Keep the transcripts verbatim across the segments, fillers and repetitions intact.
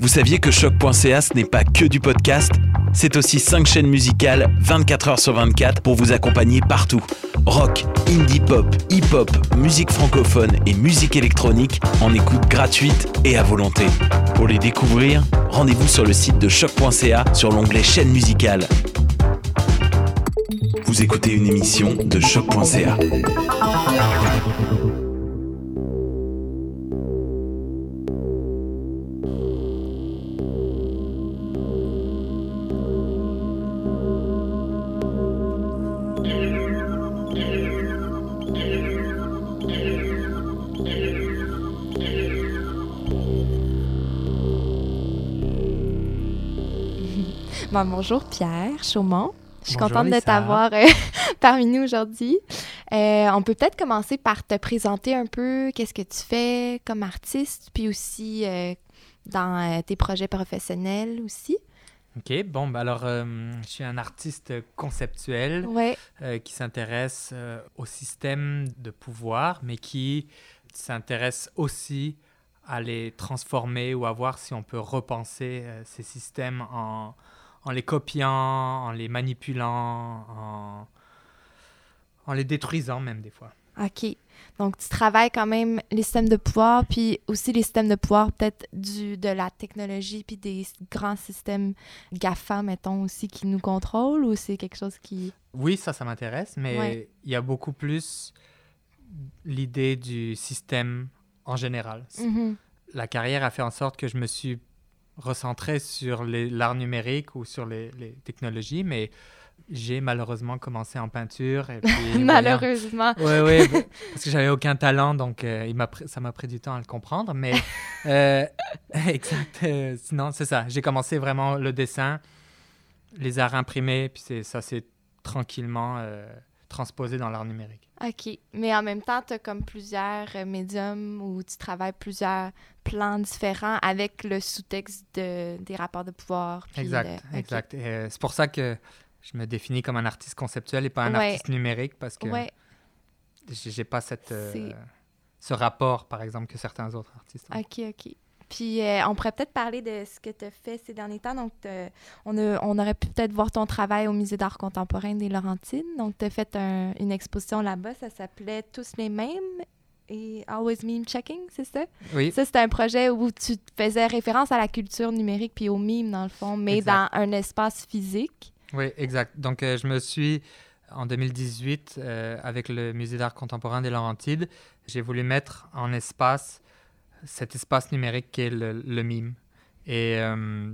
Vous saviez que choc point c a ce n'est pas que du podcast ? C'est aussi cinq chaînes musicales vingt-quatre heures sur vingt-quatre pour vous accompagner partout. Rock, indie pop, hip-hop, musique francophone et musique électronique en écoute gratuite et à volonté. Pour les découvrir, rendez-vous sur le site de choc point c a sur l'onglet chaîne musicale. Vous écoutez une émission de choc point c a. Bon, bonjour Pierre Chaumont. Je suis Bonjour, contente Lisa. de t'avoir euh, parmi nous aujourd'hui. Euh, on peut peut-être commencer par te présenter un peu qu'est-ce que tu fais comme artiste, puis aussi euh, dans euh, tes projets professionnels aussi. OK, bon, ben alors, euh, je suis un artiste conceptuel Ouais. euh, qui s'intéresse euh, au système de pouvoir, mais qui s'intéresse aussi à les transformer ou à voir si on peut repenser euh, ces systèmes en, en les copiant, en les manipulant, en, en les détruisant même des fois. OK. Donc, tu travailles quand même les systèmes de pouvoir, puis aussi les systèmes de pouvoir peut-être du, de la technologie, puis des grands systèmes GAFA, mettons, aussi, qui nous contrôlent, ou c'est quelque chose qui... Oui, ça, ça m'intéresse, mais Ouais. il y a beaucoup plus l'idée du système en général. Mhm. La carrière a fait en sorte que je me suis recentré sur les- l'art numérique ou sur les, les technologies, mais j'ai malheureusement commencé en peinture. Et puis, Malheureusement. Oui, oui, bah, parce que j'avais aucun talent, donc euh, il m'a pris- ça m'a pris du temps à le comprendre. Mais euh, exact, euh, sinon, c'est ça. J'ai commencé vraiment le dessin, les arts imprimés, puis c'est, ça s'est tranquillement euh, transposé dans l'art numérique. OK. Mais en même temps, tu as comme plusieurs euh, médiums où tu travailles plusieurs plans différents avec le sous-texte de, des rapports de pouvoir. puis Exact, de- OK. exact. Et, euh, c'est pour ça que je me définis comme un artiste conceptuel et pas un Ouais. artiste numérique, parce que Ouais, j'ai, j'ai pas cette, euh, C'est- ce rapport, par exemple, que certains autres artistes ont. OK, OK. Puis euh, on pourrait peut-être parler de ce que tu as fait ces derniers temps. Donc, t'as- on, a- on aurait pu peut-être voir ton travail au Musée d'art contemporain des Laurentides. Donc, tu as fait un- une exposition là-bas. Ça s'appelait « Tous les mêmes » et « Always Meme Checking », c'est ça? Oui, Ça, c'était un projet où tu faisais référence à la culture numérique puis au meme, dans le fond, mais Exact. dans un espace physique. oui, exact. Donc, euh, je me suis, en deux mille dix-huit, euh, avec le Musée d'art contemporain des Laurentides, j'ai voulu mettre en espace cet espace numérique qu'est le, le mime. Et euh,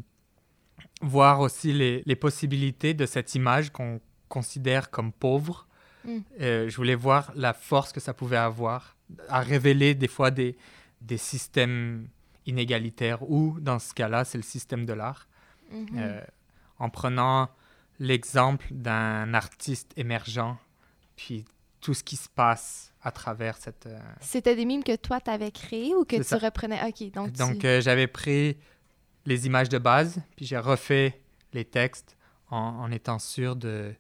voir aussi les, les possibilités de cette image qu'on considère comme pauvre. Mm. Euh, je voulais voir la force que ça pouvait avoir à révéler des fois des, des systèmes inégalitaires, ou dans ce cas-là, c'est le système de l'art. Mhm. Euh, en prenant l'exemple d'un artiste émergent, puis tout ce qui se passe à travers cette... euh, C'était des mimes que toi, t'avais créés ou que C'est tu ça. reprenais? OK, donc, Donc, tu... euh, j'avais pris les images de base, puis j'ai refait les textes en, en étant sûr de,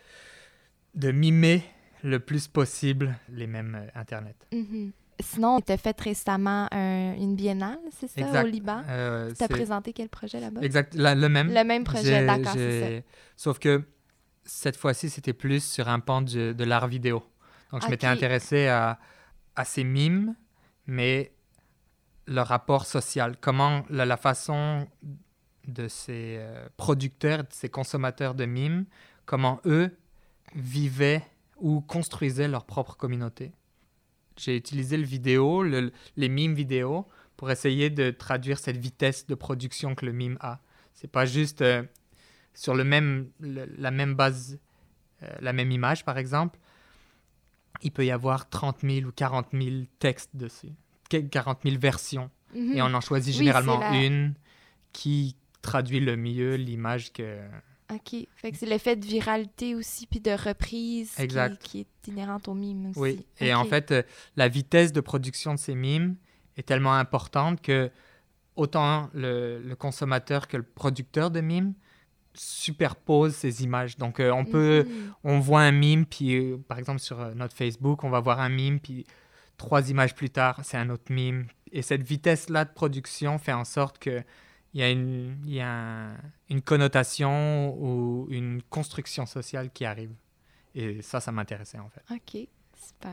de mimer le plus possible les mêmes euh, Internet. Mhm. Sinon, tu as fait récemment un- une biennale, c'est ça, Exact. au Liban? Euh, Tu as c'est- présenté quel projet là-bas? Exact, la- le même. Le même projet, J'ai- d'accord, j'ai- c'est Sauf que cette fois-ci, c'était plus sur un pan du- de l'art vidéo. Donc, je m'étais Ok. intéressé à, à ces mimes, mais leur rapport social. Comment la, la façon de ces euh, producteurs, de ces consommateurs de mimes, comment eux vivaient ou construisaient leur propre communauté. J'ai utilisé le vidéo, le- les mimes vidéo, pour essayer de traduire cette vitesse de production que le mime a. C'est pas juste euh, sur le même, le- la même base, euh, la même image, par exemple. Il peut y avoir trente mille ou quarante mille textes dessus, Qu- quarante mille versions. Mhm. Et on en choisit Oui, généralement c'est la- une qui traduit le mieux l'image que... OK. Fait que c'est l'effet de viralité aussi, puis de reprise qui, Exact. qui est inhérente au mime aussi. Oui, et OK. en fait, euh, la vitesse de production de ces mimes est tellement importante que autant le, le consommateur que le producteur de mimes superpose ces images. Donc, euh, on peut... Mhm. On voit un mime, puis euh, par exemple sur euh, notre Facebook, on va voir un mime, puis trois images plus tard, c'est un autre mime. Et cette vitesse-là de production fait en sorte que il y a, une, il y a un, une connotation ou une construction sociale qui arrive. Et ça, ça m'intéressait en fait. OK, super.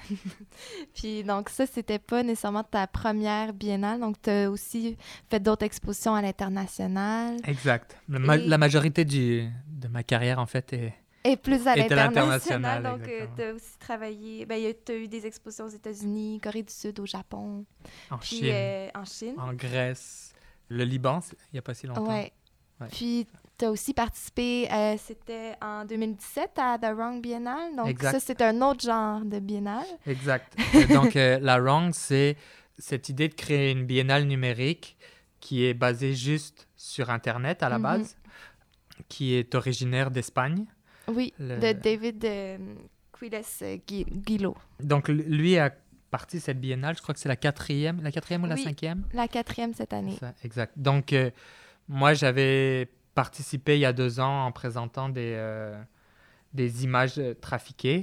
Puis donc ça, c'était pas nécessairement ta première biennale, donc tu as aussi fait d'autres expositions à l'international. Exact. Le ma- Et... La majorité du, de ma carrière en fait est... Et plus à Et à l'international, l'international, donc tu exactement. as aussi travaillé, ben, tu as eu des expositions aux États-Unis, Corée du Sud, au Japon, En puis Chine, euh, en Chine. en Grèce, le Liban, c'est- il n'y a pas si longtemps. Ouais. Ouais. Puis tu as aussi participé, euh, c'était en deux mille dix-sept à The Wrong Biennale, donc Exact. ça c'est un autre genre de biennale. Exact. Euh, donc euh, la Wrong, c'est cette idée de créer une biennale numérique qui est basée juste sur Internet à la Mhm. base, qui est originaire d'Espagne. Oui, Le- de David euh, Quiles euh, Gui- Guillot. Donc l- lui a parti cette biennale, je crois que c'est la quatrième, la quatrième ou la Oui. cinquième? La quatrième cette année. Ça, exact. Donc, euh, moi, j'avais participé il y a deux ans en présentant des, euh, des images euh, trafiquées.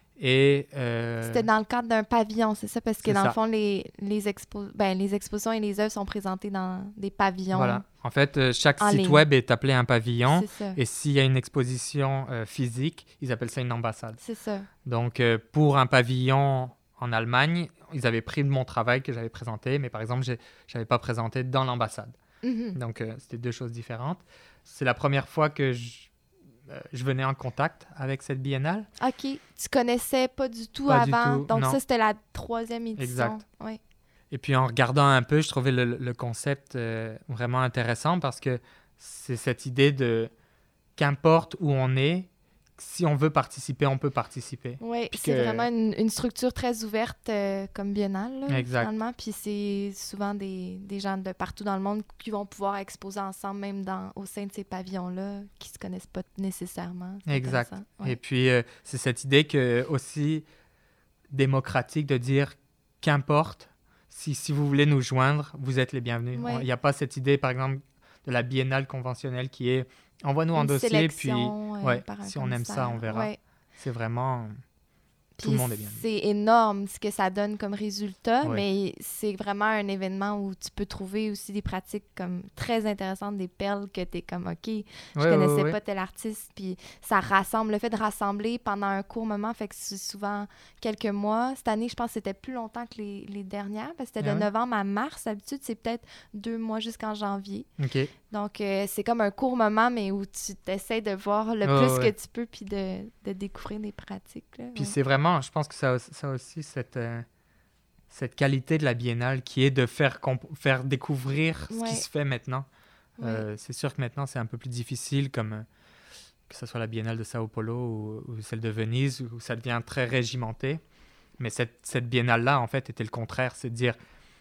Et, euh, C'était dans le cadre d'un pavillon, c'est ça? Parce que C'est dans ça. le fond, les, les, expo... ben, les expositions et les œuvres sont présentées dans des pavillons. Voilà. En fait, euh, chaque En site ligne. web est appelé un pavillon. C'est ça. Et s'il y a une exposition euh, physique, ils appellent ça une ambassade. C'est ça. Donc, euh, pour un pavillon en Allemagne, ils avaient pris de mon travail que j'avais présenté, mais par exemple, je n'avais pas présenté dans l'ambassade. Mhm. Donc, euh, c'était deux choses différentes. C'est la première fois que je, euh, je venais en contact avec cette biennale. OK. Tu connaissais pas du tout Pas du avant. tout, Donc non. ça, c'était la troisième édition. Exact. Oui. Et puis, en regardant un peu, je trouvais le, le concept euh, vraiment intéressant parce que c'est cette idée de qu'importe où on est, si on veut participer, on peut participer. Oui, Puis c'est que- vraiment une, une structure très ouverte euh, comme biennale, là, Exact. finalement. Puis c'est souvent des, des gens de partout dans le monde qui vont pouvoir exposer ensemble, même dans, au sein de ces pavillons-là, qui se connaissent pas nécessairement. C'est Exact. intéressant. Ouais. Et puis, euh, c'est cette idée que, aussi démocratique de dire qu'importe, si, si vous voulez nous joindre, vous êtes les bienvenus. Ouais. On- Il n'y a pas cette idée, par exemple, de la biennale conventionnelle qui est envoie-nous un Une dossier, puis sélection, euh, ouais, par un si on aime ça, on commissaire. verra. Ouais. C'est vraiment... Tout Puis le monde est bienvenu. c'est énorme ce que ça donne comme résultat, Ouais. mais c'est vraiment un événement où tu peux trouver aussi des pratiques comme très intéressantes, des perles que tu es comme, OK, je Ouais, connaissais ouais, ouais. pas tel artiste, puis ça rassemble, le fait de rassembler pendant un court moment, fait que c'est souvent quelques mois. Cette année, je pense que c'était plus longtemps que les, les dernières, parce que c'était Ah de ouais? novembre à mars. D'habitude, c'est peut-être deux mois jusqu'en janvier. OK. Donc, euh, c'est comme un court moment, mais où tu t'essaies de voir le Ouais, plus ouais. que tu peux, puis de, de découvrir des pratiques. Là, Puis ouais. c'est vraiment, je pense que ça, a- ça a aussi cette, euh, cette qualité de la biennale qui est de faire, comp- faire découvrir ce Ouais. qui se fait maintenant. Ouais. Euh, c'est sûr que maintenant, c'est un peu plus difficile, comme euh, que ce soit la biennale de Sao Paulo ou, ou celle de Venise, où ça devient très régimenté. Mais cette, cette biennale-là, en fait, était le contraire. C'est de dire,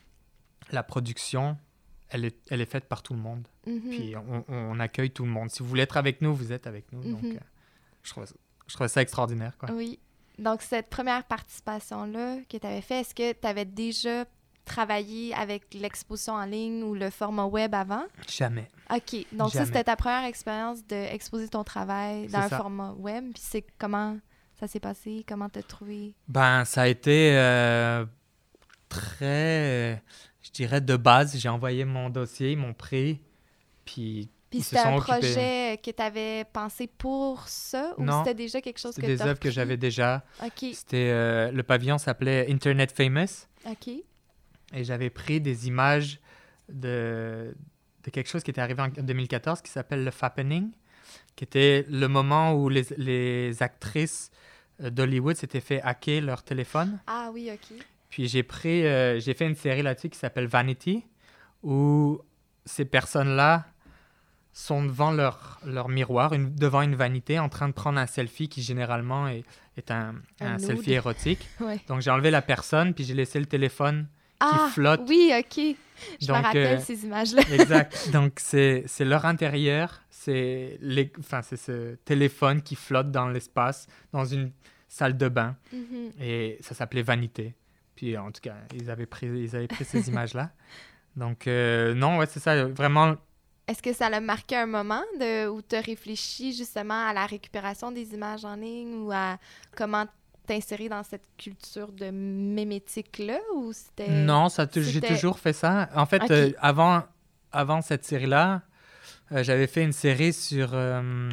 la production, elle est, elle est faite par tout le monde. Mhm. Puis on, on accueille tout le monde. Si vous voulez être avec nous, vous êtes avec nous. Donc, Mhm. euh, je, trouvais ça, je trouvais ça extraordinaire, quoi. Oui. Donc, cette première participation-là que tu avais fait, est-ce que tu avais déjà travaillé avec l'exposition en ligne ou le format web avant? Jamais. OK. Donc, ça, Jamais. c'était ta première expérience d'exposer ton travail dans C'est un ça. format web. Puis c'est comment ça s'est passé? Comment t'as trouvé? Ben, ça a été euh, très, euh, je dirais, de base. J'ai envoyé mon dossier, ils m'ont pris, puis Puis ils se c'était sont un occupés. projet que tu avais pensé pour ça ou Non. c'était déjà quelque chose que C'était tu des œuvres que j'avais déjà. OK. C'était, euh, le pavillon s'appelait Internet Famous, OK. et j'avais pris des images de, de quelque chose qui était arrivé en deux mille quatorze qui s'appelle le Fappening, qui était le moment où les, les actrices euh, d'Hollywood s'étaient fait hacker leur téléphone. Ah oui, OK. Puis j'ai pris, euh, j'ai fait une série là-dessus qui s'appelle Vanity, où ces personnes-là sont devant leur, leur miroir, une- devant une vanité, en train de prendre un selfie qui généralement est, est un, Un un nude. selfie érotique. Ouais. Donc j'ai enlevé la personne, puis j'ai laissé le téléphone. Ah, flotte. oui, OK. Je Donc, me rappelle euh, ces images-là. Exact. Donc c'est, c'est leur intérieur, c'est, les, enfin, c'est ce téléphone qui flotte dans l'espace, dans une salle de bain. Mhm. Et ça s'appelait Vanité. Puis en tout cas, ils avaient pris, ils avaient pris ces images-là. Donc euh, non, ouais, c'est ça, vraiment. Est-ce que ça l'a marqué un moment de, où tu as réfléchi justement à la récupération des images en ligne ou à comment t'insérer dans cette culture de mémétique-là ou c'était... Non, ça, tou- j'ai c'était- toujours fait ça. En fait, Ok. euh, avant, avant cette série-là, euh, j'avais fait une série sur, euh,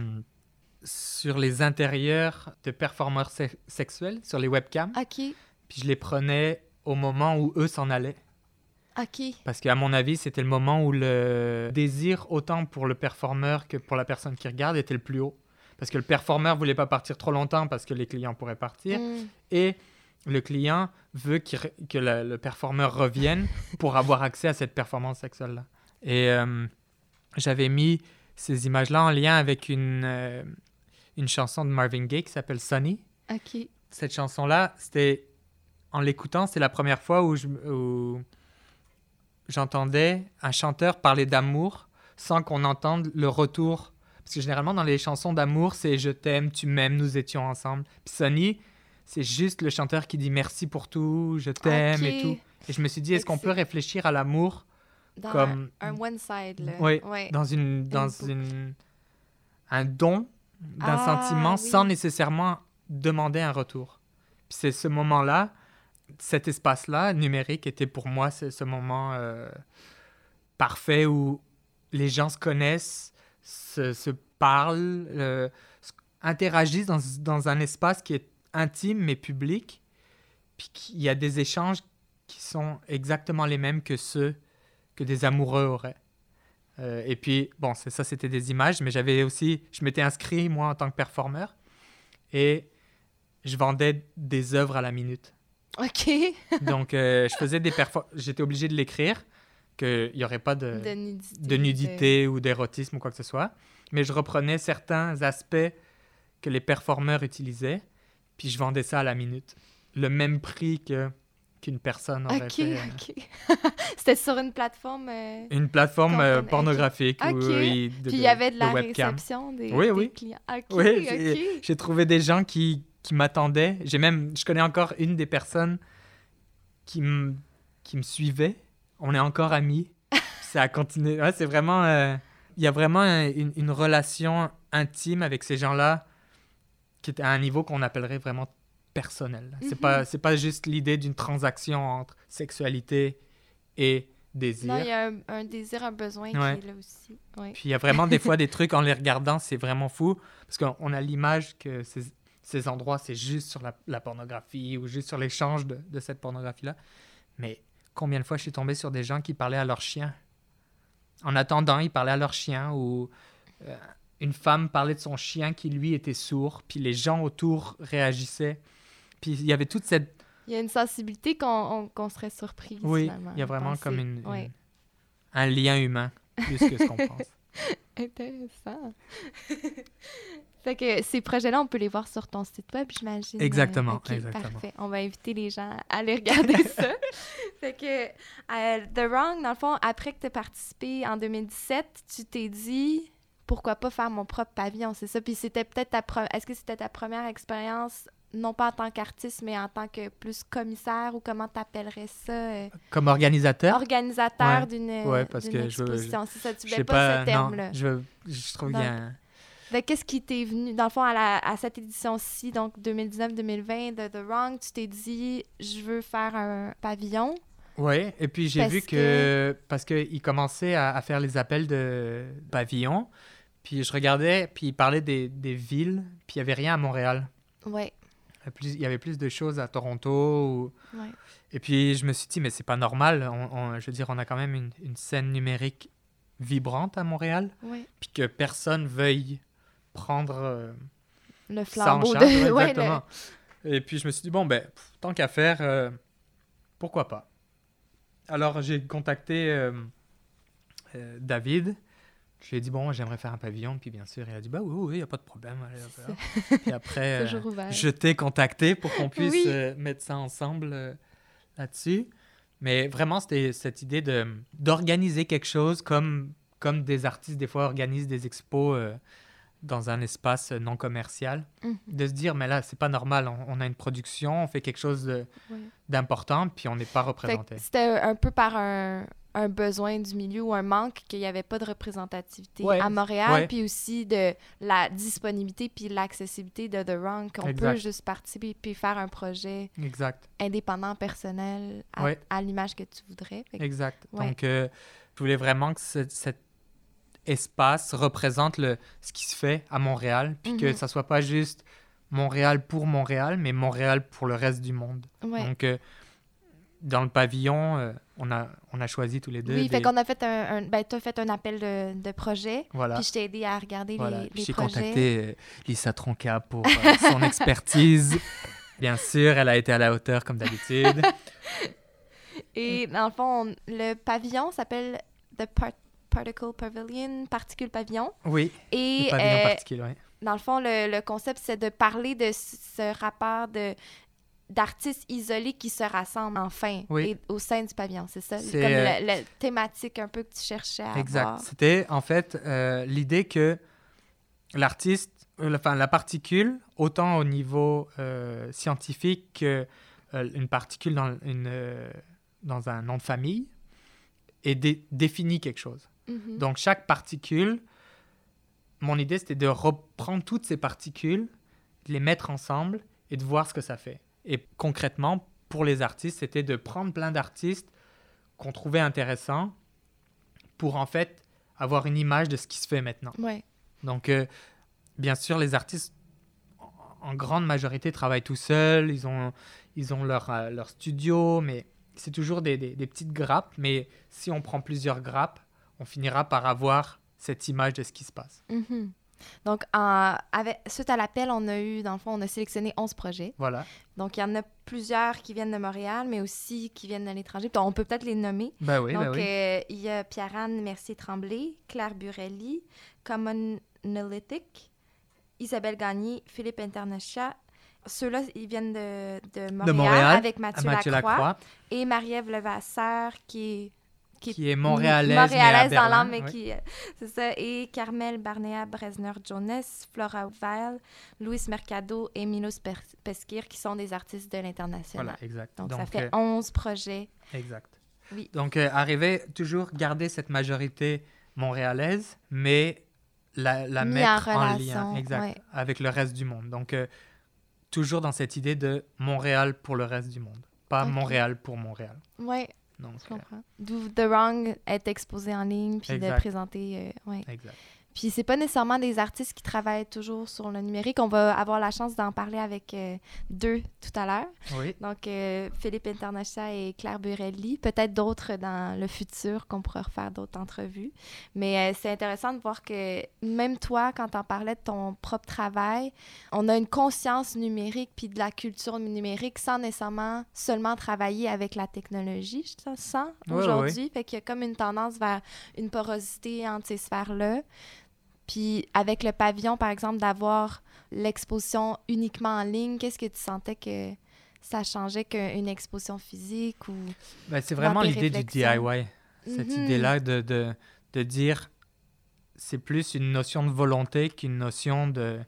sur les intérieurs de performeurs se- sexuels, sur les webcams. OK. Puis je les prenais au moment où eux s'en allaient. OK. Parce qu'à mon avis, c'était le moment où le désir, autant pour le performeur que pour la personne qui regarde, était le plus haut. Parce que le performeur ne voulait pas partir trop longtemps parce que les clients pourraient partir. Mm. Et le client veut qu'il re- que le, le performeur revienne pour avoir accès à cette performance sexuelle-là. Et euh, j'avais mis ces images-là en lien avec une, euh, une chanson de Marvin Gaye qui s'appelle Sunny. OK. Cette chanson-là, c'était... En l'écoutant, c'est la première fois où, je, où j'entendais un chanteur parler d'amour sans qu'on entende le retour. Parce que généralement, dans les chansons d'amour, c'est « je t'aime, tu m'aimes, nous étions ensemble ». Puis Sunny, c'est juste le chanteur qui dit « merci pour tout, je t'aime » OK. et tout. Et je me suis dit, est-ce Fait qu'on que peut c'est- réfléchir à l'amour Dans comme... un, un one-side, là. Oui, Ouais. dans, une, dans boucle. une, un don d'un Ah, sentiment oui. sans nécessairement demander un retour. Puis c'est ce moment-là, cet espace-là, numérique, était pour moi ce, ce moment euh, parfait où les gens se connaissent, se, se parlent, euh, s- interagissent dans, dans un espace qui est intime mais public, puis qu'il y a des échanges qui sont exactement les mêmes que ceux que des amoureux auraient. Euh, et puis, bon, c'est ça, c'était des images, mais j'avais aussi, je m'étais inscrit, moi, en tant que performeur, et je vendais des œuvres à la minute. OK. Donc, euh, je faisais des perfor- j'étais obligé de l'écrire, qu'il n'y aurait pas de, De nudité. de nudité ou d'érotisme ou quoi que ce soit, mais je reprenais certains aspects que les performeurs utilisaient, puis je vendais ça à la minute. Le même prix que, qu'une personne aurait OK, fait. euh, OK. C'était sur une plateforme... euh, Une plateforme Comme- euh, ok. pornographique. Ok. Ou, oui, de- Puis il y avait de de la webcam. réception des, Oui, des oui. clients. OK, Oui, j'ai- OK. j'ai trouvé des gens qui, qui m'attendaient. J'ai même, je connais encore une des personnes qui me qui me suivait. On est encore amis. Ça a continué. Ouais, c'est vraiment... euh, il y a vraiment un- une, une relation intime avec ces gens-là qui est à un niveau qu'on appellerait vraiment personnel. C'est Mhm. pas, c'est pas juste l'idée d'une transaction entre sexualité et désir. Non, il y a un, un désir, un besoin Ouais. qui est là aussi. Ouais. Puis il y a vraiment des fois des trucs, en les regardant, c'est vraiment fou. Parce qu'on on a l'image que ces, ces endroits, c'est juste sur la, la pornographie ou juste sur l'échange de, de cette pornographie-là. Mais combien de fois je suis tombé sur des gens qui parlaient à leur chien? En attendant, ils parlaient à leur chien ou euh, une femme parlait de son chien qui, lui, était sourd. Puis les gens autour réagissaient. Puis il y avait toute cette... Il y a une sensibilité qu'on on- qu'on serait surpris. Oui, finalement, il y a vraiment penser. comme une, Ouais. une- un lien humain, plus que ce qu'on pense. Intéressant. Fait que ces projets-là, on peut les voir sur ton site web, j'imagine. Exactement, Ok, exactement. Parfait. On va inviter les gens à aller regarder ça. Fait que euh, The Wrong, dans le fond, après que tu as participé en deux mille dix-sept, tu t'es dit pourquoi pas faire mon propre pavillon, c'est ça? Puis c'était peut-être ta pre- est-ce que c'était ta première expérience, non pas en tant qu'artiste, mais en tant que plus commissaire ou comment t'appellerais ça? euh, Comme organisateur, organisateur Ouais. d'une Ouais, parce d'une que je- exposition. C'est ça, tu je voulais sais pas, pas, ce terme-là. non, je, je trouve qu'il y a un- Fait que qu'est-ce qui t'est venu, dans le fond, à, la- à cette édition-ci, donc deux mille dix-neuf deux mille vingt de The Wrong, tu t'es dit, je veux faire un pavillon. Oui, et puis j'ai Parce vu que... Parce qu'il commençait à, à faire les appels de pavillons, puis je regardais, puis il parlait des, des villes, puis il n'y avait rien à Montréal. Ouais, Il y avait plus, il y avait plus de choses à Toronto. ou- ouais. Et puis je me suis dit, mais c'est pas normal. On, on- je veux dire, on a quand même une, une scène numérique vibrante à Montréal, Ouais. puis que personne veuille prendre... euh, Le ça en flambeau charge, de... ouais, ouais, le- exactement. Et puis je me suis dit, bon, ben, pff, tant qu'à faire, euh, pourquoi pas. Alors j'ai contacté euh, euh, David. Je lui ai dit, bon, j'aimerais faire un pavillon. Puis bien sûr, il a dit, bah oui, oui, il n'y a pas de problème. Allez, hop, hop. Puis après, Toujours euh, ouvert. je t'ai contacté pour qu'on puisse Oui. euh, mettre ça ensemble euh, là-dessus. Mais vraiment, c'était cette idée de, d'organiser quelque chose comme, comme des artistes, des fois, organisent des expos euh, dans un espace non commercial. Mhm. De se dire, mais là, c'est pas normal. On, on a une production, on fait quelque chose de- Ouais. d'important, puis on n'est pas Fait représenté. que c'était un peu par un, un besoin du milieu ou un manque qu'il n'y avait pas de représentativité Ouais, à Montréal, ouais. puis aussi de la disponibilité puis l'accessibilité de The Wrong, qu'on Exact. peut juste participer puis faire un projet Exact. indépendant, personnel, à, Ouais. à l'image que tu voudrais. Fait que- Exact. Ouais. Donc, euh, Je voulais vraiment que ce, cet espace représente le, ce qui se fait à Montréal, puis mm-hmm. que ça soit pas juste Montréal pour Montréal, mais Montréal pour le reste du monde. Ouais. Donc, euh, dans le pavillon, euh, on, a, on a choisi tous les deux. Oui, des... fait qu'on a fait un... un ben, tu as fait un appel de, de projet, voilà. puis je t'ai aidé à regarder voilà. les, les j'ai projets. J'ai contacté euh, Lisa Tronca pour euh, son expertise. Bien sûr, elle a été à la hauteur, comme d'habitude. Et dans le fond, on, le pavillon s'appelle The Part- Particle Pavilion, Particule Pavillon. Oui, et, le pavillon euh, particule, oui. Dans le fond, le, le concept, c'est de parler de ce rapport de, d'artistes isolés qui se rassemblent enfin oui. et, au sein du pavillon. C'est ça? C'est, comme euh... la, la thématique un peu que tu cherchais à exact. avoir. C'était en fait euh, l'idée que l'artiste, euh, enfin la particule, autant au niveau euh, scientifique qu'une euh, particule dans, une, euh, dans un nom de famille, et dé- définit quelque chose. Mm-hmm. Donc, chaque particule, mon idée, c'était de reprendre toutes ces particules, de les mettre ensemble et de voir ce que ça fait. Et concrètement, pour les artistes, c'était de prendre plein d'artistes qu'on trouvait intéressants pour, en fait, avoir une image de ce qui se fait maintenant. Ouais. Donc, euh, bien sûr, les artistes, en, en grande majorité, travaillent tout seuls. Ils ont, ils ont leur, euh, leur studio, mais c'est toujours des, des, des petites grappes. Mais si on prend plusieurs grappes, on finira par avoir cette image de ce qui se passe. Mm-hmm. Donc, en, avec, suite à l'appel, on a eu, dans le fond, on a sélectionné onze projets. Voilà. Donc, il y en a plusieurs qui viennent de Montréal, mais aussi qui viennent de l'étranger. Donc, on peut peut-être les nommer. Ben oui, Donc, ben oui. euh, il y a Pierre-Anne Mercier-Tremblay, Claire Burelli, Commonolithic, Isabelle Gagné, Philippe Internachat. Ceux-là, ils viennent de, de, Montréal, de Montréal avec Mathieu, Mathieu Lacroix, Lacroix. Et Marie-Ève Levasseur, qui est... Qui, qui est montréalaise, montréalaise mais dans Berlin, l'âme, mais oui. qui... C'est ça. Et Carmel Barnea-Bresner-Jones, Flora Weil, Luis Mercado et Milos Pesquire, qui sont des artistes de l'international. Voilà, exact. Donc, Donc ça fait euh, onze projets. Exact. Oui. Donc, euh, arriver, toujours garder cette majorité montréalaise, mais la, la Mis mettre en, en relation, lien exact, ouais. avec le reste du monde. Donc, euh, toujours dans cette idée de Montréal pour le reste du monde, pas okay. Montréal pour Montréal. Oui. Donc, je comprends. D'où The Wrong est exposé en ligne, puis exact. de présenter... Euh, ouais. Exact. Puis c'est pas nécessairement des artistes qui travaillent toujours sur le numérique. On va avoir la chance d'en parler avec euh, deux tout à l'heure. Oui. Donc, euh, Philippe Internachat et Claire Burelli. Peut-être d'autres dans le futur qu'on pourra refaire d'autres entrevues. Mais euh, c'est intéressant de voir que même toi, quand t'en parlais de ton propre travail, on a une conscience numérique puis de la culture numérique sans nécessairement seulement travailler avec la technologie, je sens, oui, aujourd'hui. Oui. Fait qu'il y a comme une tendance vers une porosité entre ces sphères-là. Puis avec le pavillon, par exemple, d'avoir l'exposition uniquement en ligne, qu'est-ce que tu sentais que ça changeait qu'une exposition physique ou... Ben, c'est vraiment l'idée du D I Y. Cette mm-hmm. idée-là de, de, de dire c'est plus une notion de volonté qu'une notion de,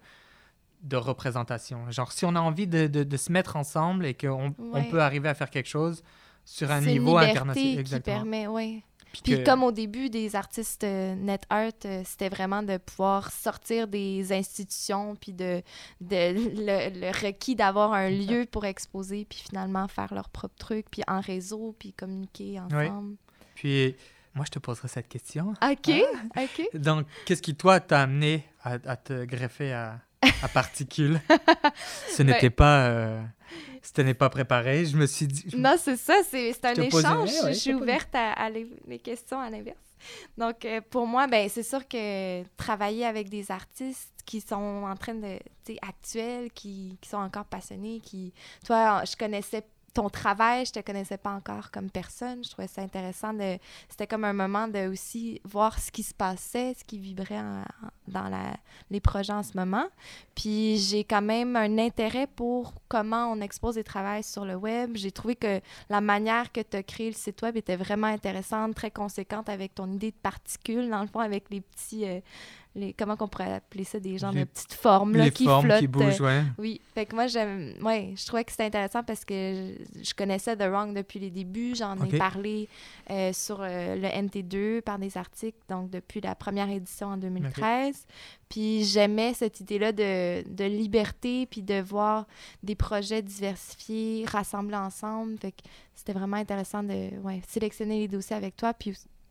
de représentation. Genre, si on a envie de, de, de se mettre ensemble et qu'on ouais. on peut arriver à faire quelque chose sur un c'est niveau une international. Exactement. Qui permet, oui. Puis, Puis que... comme au début des artistes euh, net art, euh, c'était vraiment de pouvoir sortir des institutions puis de, de le, le requis d'avoir un exact. Lieu pour exposer puis finalement faire leur propre truc puis en réseau puis communiquer ensemble. Oui. Puis moi je te poserai cette question. OK. Ah. OK. Donc qu'est-ce qui toi t'a amené à, à te greffer à, à particules? Ce n'était ben... pas euh... Ce n'est pas préparé, je me suis dit... Je... Non, c'est ça, c'est, c'est un échange. Posais, ouais, je suis ouverte à, à les, les questions à l'inverse. Donc, euh, pour moi, ben, c'est sûr que travailler avec des artistes qui sont en train de... Tu sais, actuels, qui, qui sont encore passionnés, qui... Toi, je connaissais ton travail, je te connaissais pas encore comme personne. Je trouvais ça intéressant. De... C'était comme un moment de aussi voir ce qui se passait, ce qui vibrait en, en, dans la, les projets en ce moment. Puis j'ai quand même un intérêt pour comment on expose des travails sur le web. J'ai trouvé que la manière que tu as créé le site web était vraiment intéressante, très conséquente avec ton idée de particules, dans le fond, avec les petits... Euh, Les, comment on pourrait appeler ça, des genres les, de petites formes là, les qui formes flottent. qui bougent, ouais. Oui, fait que moi, j'aime, ouais, je trouvais que c'était intéressant parce que je, je connaissais The Wrong depuis les débuts. J'en okay. ai parlé euh, sur euh, le N T deux par des articles, donc depuis la première édition en deux mille treize. Okay. Puis j'aimais cette idée-là de, de liberté, puis de voir des projets diversifiés, rassemblés ensemble. Fait que c'était vraiment intéressant de ouais, sélectionner les dossiers avec toi, puis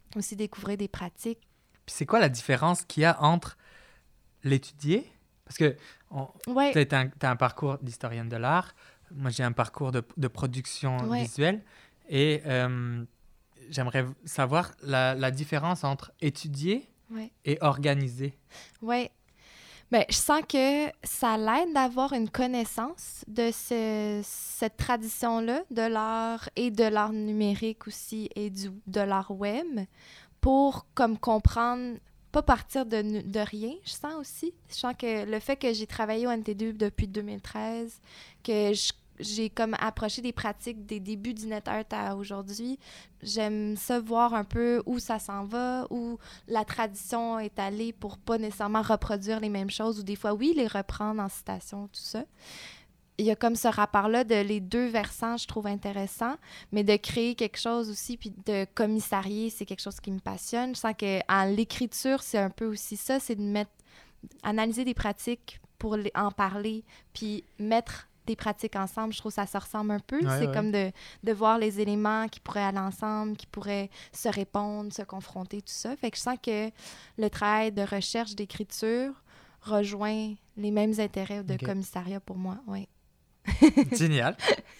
aussi découvrir des pratiques. Puis c'est quoi la différence qu'il y a entre l'étudier? Parce que on, Ouais. tu as un, t'as un parcours d'historienne de l'art. Moi, j'ai un parcours de, de production Ouais. visuelle. Et euh, j'aimerais savoir la, la différence entre étudier Ouais. et organiser. Oui. Ben, je sens que ça l'aide d'avoir une connaissance de ce, cette tradition-là, de l'art et de l'art numérique aussi, et du, de l'art web, pour comme comprendre, pas partir de, de rien, je sens aussi. Je sens que le fait que j'ai travaillé au N T deux depuis deux mille treize, que je j'ai comme approché des pratiques des débuts du net art à aujourd'hui. J'aime ça voir un peu où ça s'en va, où la tradition est allée pour pas nécessairement reproduire les mêmes choses, ou des fois, oui, les reprendre en citation, tout ça. Il y a comme ce rapport-là de les deux versants, je trouve intéressant, mais de créer quelque chose aussi, puis de commissarier, c'est quelque chose qui me passionne. Je sens qu'en l'écriture, c'est un peu aussi ça, c'est de mettre, analyser des pratiques pour les, en parler, puis mettre des pratiques ensemble, je trouve que ça se ressemble un peu. Ouais, c'est ouais. comme de, de voir les éléments qui pourraient aller ensemble, qui pourraient se répondre, se confronter, tout ça. Fait que je sens que le travail de recherche, d'écriture rejoint les mêmes intérêts de Ok. commissariat pour moi, oui. Génial.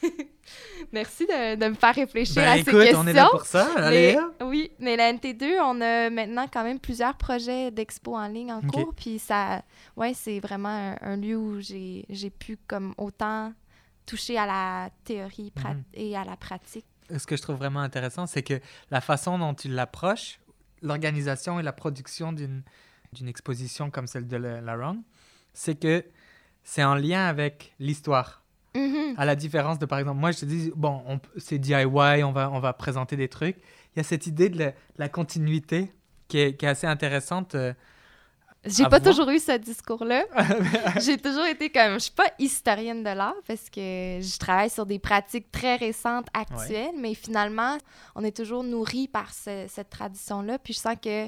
Merci de, de me faire réfléchir Ben à ces écoute, questions. on est là pour ça. Allez, Mais- hop. oui, mais la N T deux, on a maintenant quand même plusieurs projets d'expo en ligne en Ok. cours, puis ça, ouais, c'est vraiment un, un lieu où j'ai, j'ai pu comme autant toucher à la théorie pra- Mhm. et à la pratique. Ce que je trouve vraiment intéressant, c'est que la façon dont tu l'approches, l'organisation et la production d'une, d'une exposition comme celle de la, la Wrong, c'est que c'est en lien avec l'histoire. Mhm. À la différence de, par exemple, moi, je te dis, bon, on, p- c'est D I Y, on va, on va présenter des trucs. Il y a cette idée de la, la continuité qui est, qui est assez intéressante. euh, J'ai à pas voir. toujours eu ce discours-là. J'ai toujours été comme... Je suis pas historienne de l'art parce que je travaille sur des pratiques très récentes, actuelles, mais finalement, on est toujours nourri par ce- cette tradition-là. Puis je sens que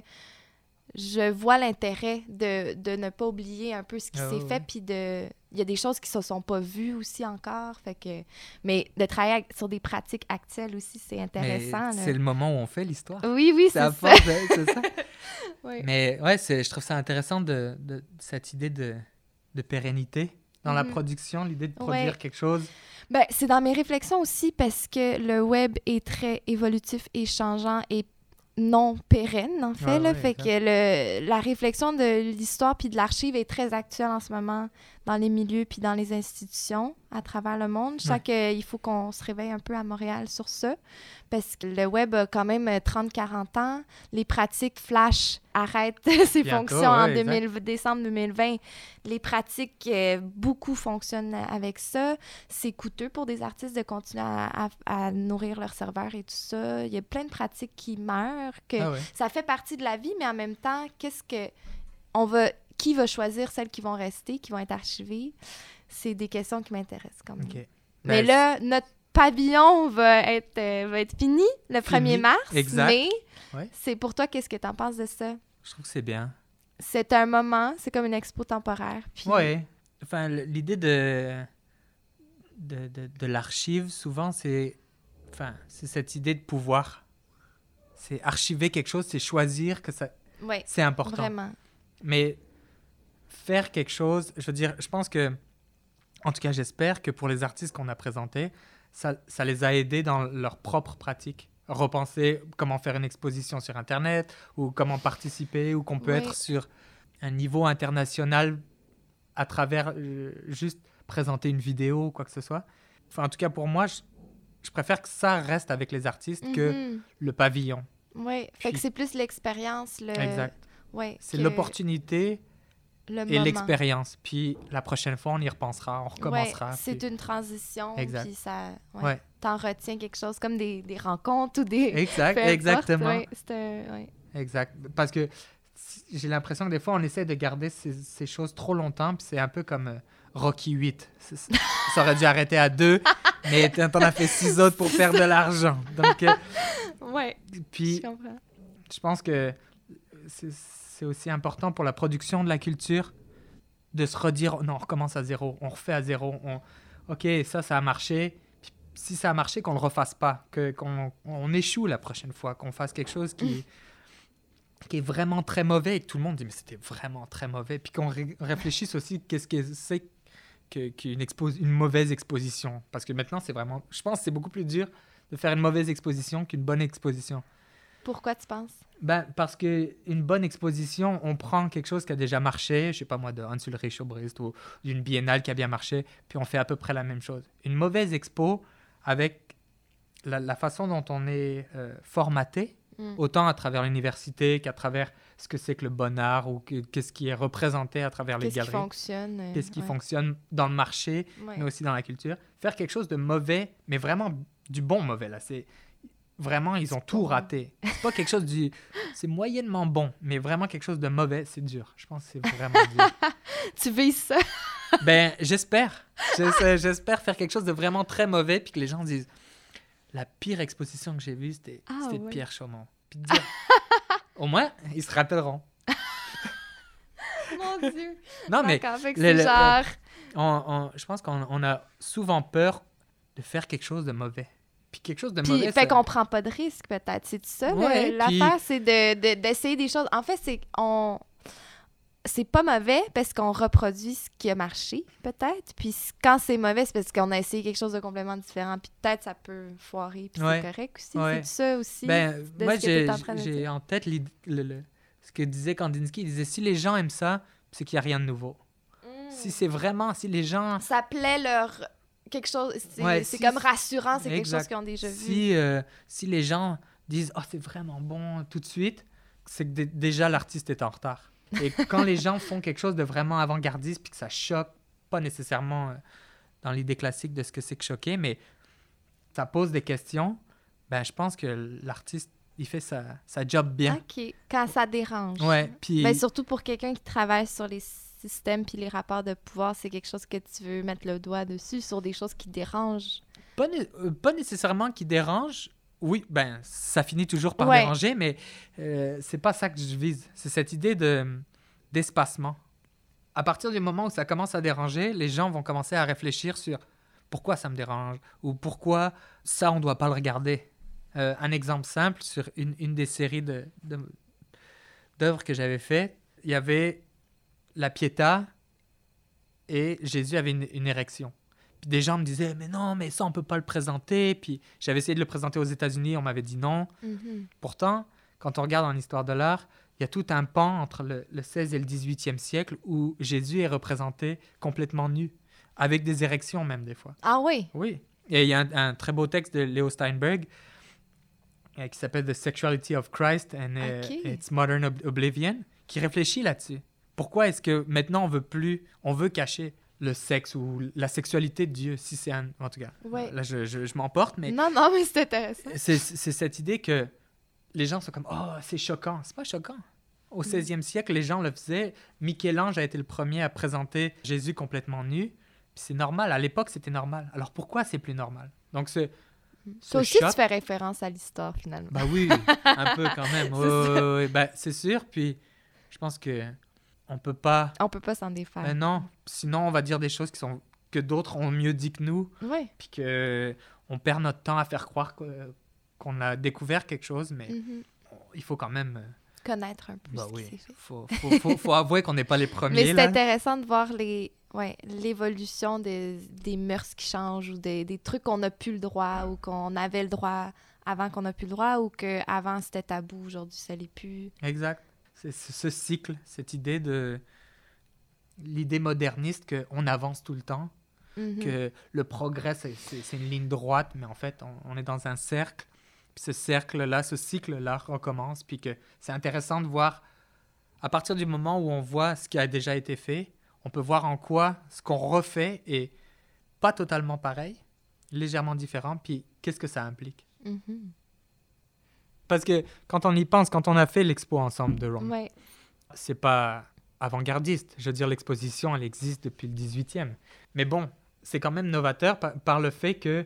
je vois l'intérêt de, de ne pas oublier un peu ce qui Ah s'est ouais, fait. ouais. Puis de... Il y a des choses qui se sont pas vues aussi encore. Fait que... Mais de travailler avec- sur des pratiques actuelles aussi, c'est Mais intéressant. là. c'est le moment où on fait l'histoire. Oui, oui, C'est c'est à ça. force de- c'est ça. Oui. Mais ouais, c'est, je trouve ça intéressant de, de cette idée de, de pérennité dans la Mhm. production, l'idée de produire Ouais. quelque chose. Ben, c'est dans mes réflexions aussi parce que le web est très évolutif et changeant et non pérenne, en fait. Ouais, là. ouais, fait exact. que le, la réflexion de l'histoire puis de l'archive est très actuelle en ce moment dans les milieux puis dans les institutions à travers le monde. Je sens Ouais. qu'il faut qu'on se réveille un peu à Montréal sur ça parce que le web a quand même trente à quarante ans. Les pratiques Flash arrêtent ses Bientôt, fonctions en ouais, deux mille décembre deux mille vingt. Les pratiques, euh, beaucoup fonctionnent avec ça. C'est coûteux pour des artistes de continuer à, à- à nourrir leur serveur et tout ça. Il y a plein de pratiques qui meurent, que Ah ouais. ça fait partie de la vie, mais en même temps, qu'est-ce que on va, qui va choisir celles qui vont rester, qui vont être archivées? C'est des questions qui m'intéressent quand même. OK. Mais Ben, là, notre pavillon va être, euh, va être fini le premier Fini, mars. exact. Mais Ouais. c'est pour toi, qu'est-ce que tu en penses de ça? je trouve que c'est bien. C'est un moment, c'est comme une expo temporaire. Puis... Oui. Enfin, l- l'idée de, de, de, de l'archive, souvent, c'est, enfin, c'est cette idée de pouvoir. C'est archiver quelque chose, c'est choisir que ça... Ouais, C'est important. vraiment. Mais faire quelque chose, je veux dire, je pense que, en tout cas, j'espère que pour les artistes qu'on a présentés, ça, ça les a aidés dans leur propre pratique. Repenser comment faire une exposition sur Internet, ou comment participer, ou qu'on peut Oui. être sur un niveau international à travers euh, juste présenter une vidéo ou quoi que ce soit. Enfin, en tout cas, pour moi, je, je préfère que ça reste avec les artistes que Mhm. le pavillon. Oui, fait que Puis- c'est plus l'expérience. Le... Exact. Ouais, C'est que l'opportunité le et moment. l'expérience. Puis la prochaine fois, on y repensera, on recommencera. Ouais, c'est puis- une transition, Exact. puis ça... Ouais. Ouais. T'en retiens quelque chose, comme des, des rencontres ou des... Exact, peu importe, exactement. ouais, c'est un- ouais. Exact. Parce que si- j'ai l'impression que des fois, on essaie de garder ces, ces choses trop longtemps, puis c'est un peu comme euh, Rocky huit. C'est- c'est- Ça aurait dû arrêter à deux, mais t'en t'en as fait six autres pour faire de l'argent. Donc, euh, Ouais, puis je comprends. je pense que c'est c'est aussi important pour la production de la culture de se redire, non, on recommence à zéro, on refait à zéro. On, OK, ça, ça a marché. Puis si ça a marché, qu'on le refasse pas, que, qu'on on échoue la prochaine fois, qu'on fasse quelque chose qui, qui est vraiment très mauvais et que tout le monde dit mais c'était vraiment très mauvais, puis qu'on ré- réfléchisse aussi qu'est-ce que c'est que, qu'une expo- une mauvaise exposition, parce que maintenant c'est vraiment, je pense que c'est beaucoup plus dur de faire une mauvaise exposition qu'une bonne exposition. Pourquoi tu penses? Ben, parce qu'une bonne exposition, on prend quelque chose qui a déjà marché, je sais pas moi, de Hans Ulrich Obrist ou d'une biennale qui a bien marché, puis on fait à peu près la même chose. Une mauvaise expo, avec la, la façon dont on est euh, formaté, mm. autant à travers l'université qu'à travers ce que c'est que le bon art ou que, qu'est-ce qui est représenté à travers les qu'est-ce galeries. Qui fonctionne, euh, qu'est-ce qui ouais. fonctionne dans le marché, ouais. mais aussi dans la culture. Faire quelque chose de mauvais, mais vraiment du bon mauvais, là, c'est... Vraiment, ils ont c'est tout bon. raté. C'est pas quelque chose du... C'est moyennement bon, mais vraiment quelque chose de mauvais, c'est dur. Je pense que c'est vraiment dur. Tu vises ça? Ben, j'espère. j'espère. J'espère faire quelque chose de vraiment très mauvais, puis que les gens disent... La pire exposition que j'ai vue, c'était, ah, c'était ouais. de Pierre Chaumont. Puis de dire... Au moins, ils se rappelleront. Mon Dieu! Non, mais... Fait que le, c'est genre... on, on, je pense qu'on on a souvent peur de faire quelque chose de mauvais. Puis quelque chose de puis, mauvais. Fait ça... qu'on prend pas de risque, peut-être. C'est ça, ouais, le, l'affaire, puis... c'est de, de, d'essayer des choses. En fait, c'est on c'est pas mauvais parce qu'on reproduit ce qui a marché, peut-être. Puis quand c'est mauvais, c'est parce qu'on a essayé quelque chose de complètement différent. Puis peut-être ça peut foirer, puis ouais. c'est correct aussi. Ouais. C'est ça aussi. Ben, moi, j'ai, en, j'ai en tête le, le, ce que disait Kandinsky. Il disait, si les gens aiment ça, c'est qu'il n'y a rien de nouveau. Mm. Si c'est vraiment, si les gens... Ça plaît leur... quelque chose, c'est, ouais, c'est si, comme rassurant, c'est exact. quelque chose qu'ils ont déjà vu. Si, euh, si les gens disent « Oh, c'est vraiment bon » tout de suite, c'est que d- déjà l'artiste est en retard. Et quand les gens font quelque chose de vraiment avant-gardiste puis que ça choque, pas nécessairement euh, dans l'idée classique de ce que c'est que choquer, mais ça pose des questions, ben je pense que l'artiste, il fait sa, sa job bien. OK, quand ça dérange. Ouais, puis... Ben, surtout pour quelqu'un qui travaille sur les systèmes puis les rapports de pouvoir, c'est quelque chose que tu veux mettre le doigt dessus, sur des choses qui dérangent. Pas, né- euh, pas nécessairement qui dérangent. Oui, ben ça finit toujours par ouais. déranger, mais euh, c'est pas ça que je vise. C'est cette idée de, d'espacement. À partir du moment où ça commence à déranger, les gens vont commencer à réfléchir sur pourquoi ça me dérange ou pourquoi ça, on doit pas le regarder. Euh, un exemple simple, sur une, une des séries de, de, d'œuvres que j'avais faites, il y avait la Pietà et Jésus avait une, une érection. Puis des gens me disaient, mais non, mais ça, on peut pas le présenter. Puis j'avais essayé de le présenter aux États-Unis, on m'avait dit non. Mm-hmm. Pourtant, quand on regarde en histoire de l'art, il y a tout un pan entre le, le seizième et le dix-huitième siècle où Jésus est représenté complètement nu, avec des érections même des fois. Ah oui? Oui. Et il y a un, un très beau texte de Leo Steinberg euh, qui s'appelle The Sexuality of Christ and okay. uh, Its Modern Ob- Oblivion, qui réfléchit là-dessus. Pourquoi est-ce que maintenant on veut plus, on veut cacher le sexe ou la sexualité de Dieu, si c'est un... En tout cas, ouais. là, je, je, je m'emporte, mais... Non, non, mais c'est intéressant. C'est, c'est cette idée que les gens sont comme « Oh, c'est choquant ». C'est pas choquant. Au seizième mm. siècle, les gens le faisaient. Michel-Ange a été le premier à présenter Jésus complètement nu. Puis c'est normal. À l'époque, c'était normal. Alors pourquoi c'est plus normal? Donc, ce, ce Toi aussi, choc... tu fais référence à l'histoire, finalement. Bah oui, un peu quand même. c'est, oh, oh, oh, bah, c'est sûr. Puis je pense que on peut pas... On peut pas s'en défaire. Ben non. Sinon, on va dire des choses qui sont... que d'autres ont mieux dit que nous. Oui. Puis qu'on perd notre temps à faire croire que, qu'on a découvert quelque chose, mais mm-hmm. il faut quand même... connaître un peu bah ce oui. qui s'est fait. Il faut, faut, faut, faut avouer qu'on n'est pas les premiers. Mais c'est là. intéressant de voir les, ouais, l'évolution des, des mœurs qui changent ou des, des trucs qu'on n'a plus le droit ou qu'on avait le droit avant qu'on n'a plus le droit ou qu'avant c'était tabou, aujourd'hui ça l'est plus. Exact. C'est ce cycle, cette idée de... l'idée moderniste qu'on avance tout le temps, mm-hmm. que le progrès, c'est, c'est, c'est une ligne droite, mais en fait, on, on est dans un cercle. Puis ce cercle-là, ce cycle-là recommence, puis que c'est intéressant de voir, à partir du moment où on voit ce qui a déjà été fait, on peut voir en quoi ce qu'on refait est pas totalement pareil, légèrement différent, puis qu'est-ce que ça implique. Mm-hmm. Parce que quand on y pense, quand on a fait l'expo ensemble de Rome, ouais. c'est pas avant-gardiste. Je veux dire, l'exposition, elle existe depuis le dix-huitième. Mais bon, c'est quand même novateur par, par le fait que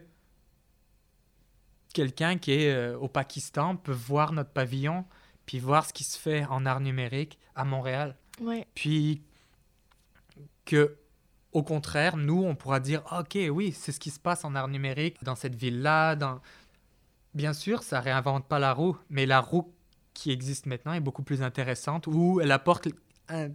quelqu'un qui est euh, au Pakistan peut voir notre pavillon, puis voir ce qui se fait en art numérique à Montréal. Ouais. Puis que au contraire, nous, on pourra dire « Ok, oui, c'est ce qui se passe en art numérique dans cette ville-là. Dans... » Bien sûr, ça ne réinvente pas la roue, mais la roue qui existe maintenant est beaucoup plus intéressante, où elle apporte un,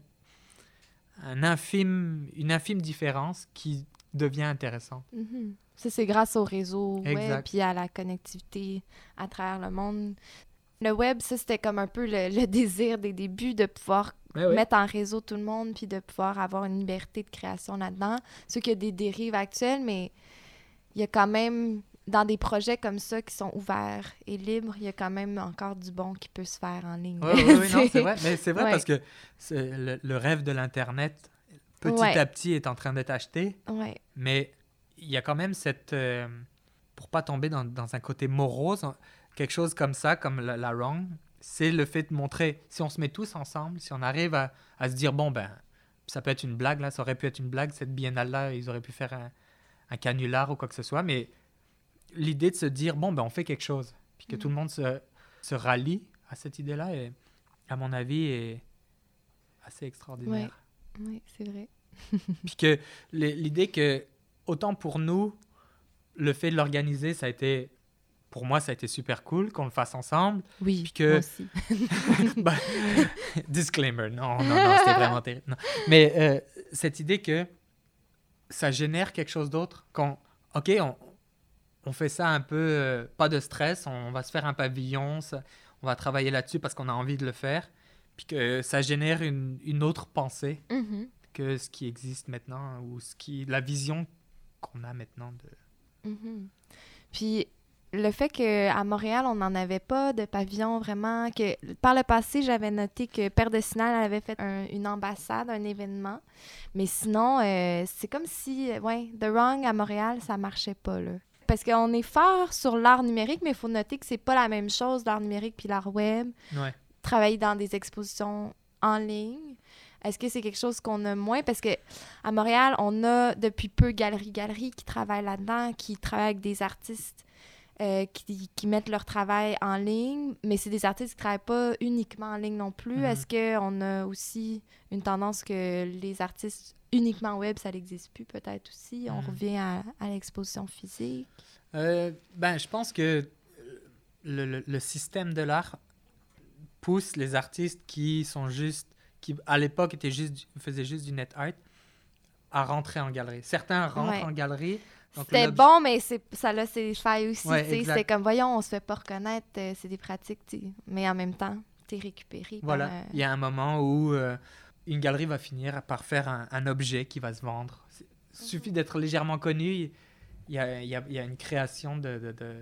un infime, une infime différence qui devient intéressante. Mm-hmm. Ça, c'est grâce au réseau exact. web puis à la connectivité à travers le monde. Le web, ça, c'était comme un peu le, le désir des débuts de pouvoir ouais, ouais. mettre en réseau tout le monde puis de pouvoir avoir une liberté de création là-dedans. C'est sûr qu'il y a des dérives actuelles, mais il y a quand même, dans des projets comme ça qui sont ouverts et libres, il y a quand même encore du bon qui peut se faire en ligne. Oui, oui, oui, non, c'est vrai. Mais c'est vrai ouais. parce que c'est le, le rêve de l'Internet, petit ouais. à petit, est en train d'être acheté. Ouais. Mais il y a quand même cette... Euh, pour pas tomber dans, dans un côté morose, quelque chose comme ça, comme la, la wrong, c'est le fait de montrer, si on se met tous ensemble, si on arrive à, à se dire, bon, ben, ça peut être une blague, là, ça aurait pu être une blague, cette biennale-là, ils auraient pu faire un, un canular ou quoi que ce soit, mais l'idée de se dire, bon, ben, on fait quelque chose, puis que mmh. tout le monde se, se rallie à cette idée-là, est, à mon avis, est assez extraordinaire. Oui, ouais, c'est vrai. Puis que l'idée que, autant pour nous, le fait de l'organiser, ça a été... Pour moi, ça a été super cool qu'on le fasse ensemble. Oui, puis que... moi aussi. bah, disclaimer, non, non, non, c'était vraiment terrible. Non. Mais euh, cette idée que ça génère quelque chose d'autre, qu'on, OK, on, on fait ça un peu, euh, pas de stress, on va se faire un pavillon, ça, on va travailler là-dessus parce qu'on a envie de le faire, puis que ça génère une, une autre pensée mm-hmm. que ce qui existe maintenant, ou ce qui, la vision qu'on a maintenant de... Mm-hmm. Puis... Le fait qu'à Montréal, on n'en avait pas de pavillon vraiment, que par le passé, j'avais noté que Père de Signal avait fait un, une ambassade, un événement, mais sinon, euh, c'est comme si, ouais, The Wrong à Montréal, ça marchait pas, là. Parce qu'on est fort sur l'art numérique, mais il faut noter que c'est pas la même chose, l'art numérique puis l'art web. Ouais. Travailler dans des expositions en ligne. Est-ce que c'est quelque chose qu'on a moins? Parce que à Montréal, on a depuis peu Galerie Galerie qui travaille là-dedans, qui travaille avec des artistes Euh, qui, qui mettent leur travail en ligne, mais c'est des artistes qui ne travaillent pas uniquement en ligne non plus. Mm-hmm. Est-ce qu'on a aussi une tendance que les artistes uniquement web, ça n'existe plus peut-être aussi? Mm-hmm. On revient à, à l'exposition physique? Euh, ben, je pense que le, le, le système de l'art pousse les artistes qui sont juste, qui à l'époque étaient juste, faisaient juste du net art, à rentrer en galerie. Certains rentrent ouais. en galerie. Donc, c'était là, bon, mais c'est, ça a ses failles aussi. Ouais, c'est comme, voyons, on se fait pas reconnaître, euh, c'est des pratiques, t'sais. Mais en même temps, tu es récupéré. Voilà, par, euh... il y a un moment où euh, une galerie va finir par faire un, un objet qui va se vendre. Il mm-hmm. suffit d'être légèrement connu, il y a, il y a, il y a une création de, de, de,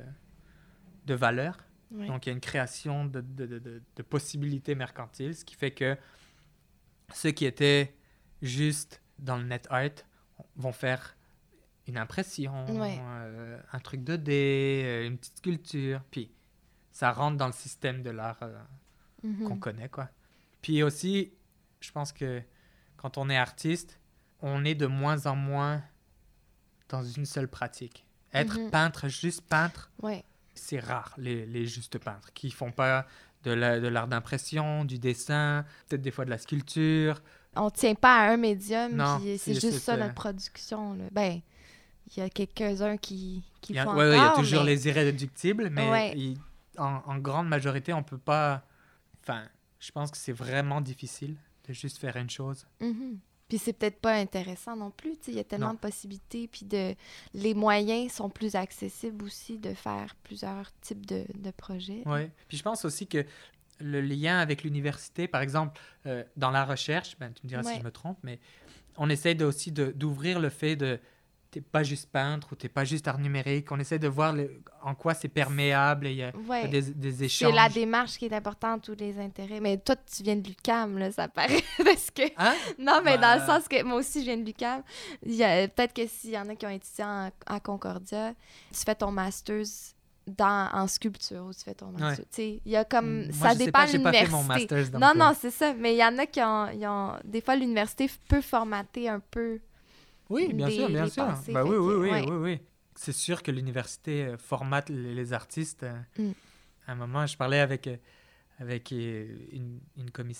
de valeur. Oui. Donc, il y a une création de, de, de, de, de possibilités mercantiles, ce qui fait que ceux qui étaient juste dans le net art vont faire une impression, ouais. euh, un truc deux D, euh, une petite sculpture. Puis, ça rentre dans le système de l'art euh, mm-hmm. qu'on connaît, quoi. Puis aussi, je pense que quand on est artiste, on est de moins en moins dans une seule pratique. Être mm-hmm. peintre, juste peintre, ouais. c'est rare, les, les justes peintres, qui font pas de, la, de l'art d'impression, du dessin, peut-être des fois de la sculpture. On tient pas à un médium, non, puis c'est, c'est juste ça, euh... notre production, là. Ben... Il y a quelques-uns qui, qui le font encore. Oui, il y a toujours mais... les irréductibles, mais ouais. il, en, en grande majorité, on ne peut pas... Enfin, je pense que c'est vraiment difficile de juste faire une chose. Mm-hmm. Puis c'est peut-être pas intéressant non plus. Il y a tellement non. de possibilités. Puis de... les moyens sont plus accessibles aussi de faire plusieurs types de, de projets. Oui. Puis je pense aussi que le lien avec l'université, par exemple, euh, dans la recherche, ben, tu me diras ouais. si je me trompe, mais on essaie de, aussi de, d'ouvrir le fait de... T'es pas juste peintre ou t'es pas juste art numérique. On essaie de voir le, en quoi c'est perméable et il y a, ouais. y a des, des échanges. C'est la démarche qui est importante, tous les intérêts. Mais toi, tu viens de l'U Q A M, là, ça paraît. Parce que... Hein? Non, mais bah... dans le sens que moi aussi, je viens de l'U Q A M. Il y a, peut-être que s'il y en a qui ont étudié en, en Concordia, tu fais ton master's dans, en sculpture ou tu fais ton master. Ouais. Il y a comme... Moi, ça je dépend sais pas, de l'université. J'ai pas fait mon master's. Donc non, euh... non, c'est ça. Mais il y en a qui ont, ils ont... Des fois, l'université peut formater un peu... Oui, bien des, sûr, bien sûr. Pensées, bah, oui, que, oui, oui, ouais. oui, oui. C'est sûr que l'université formate les, les artistes. Mm. À un moment, je parlais avec, avec une, une commissaire.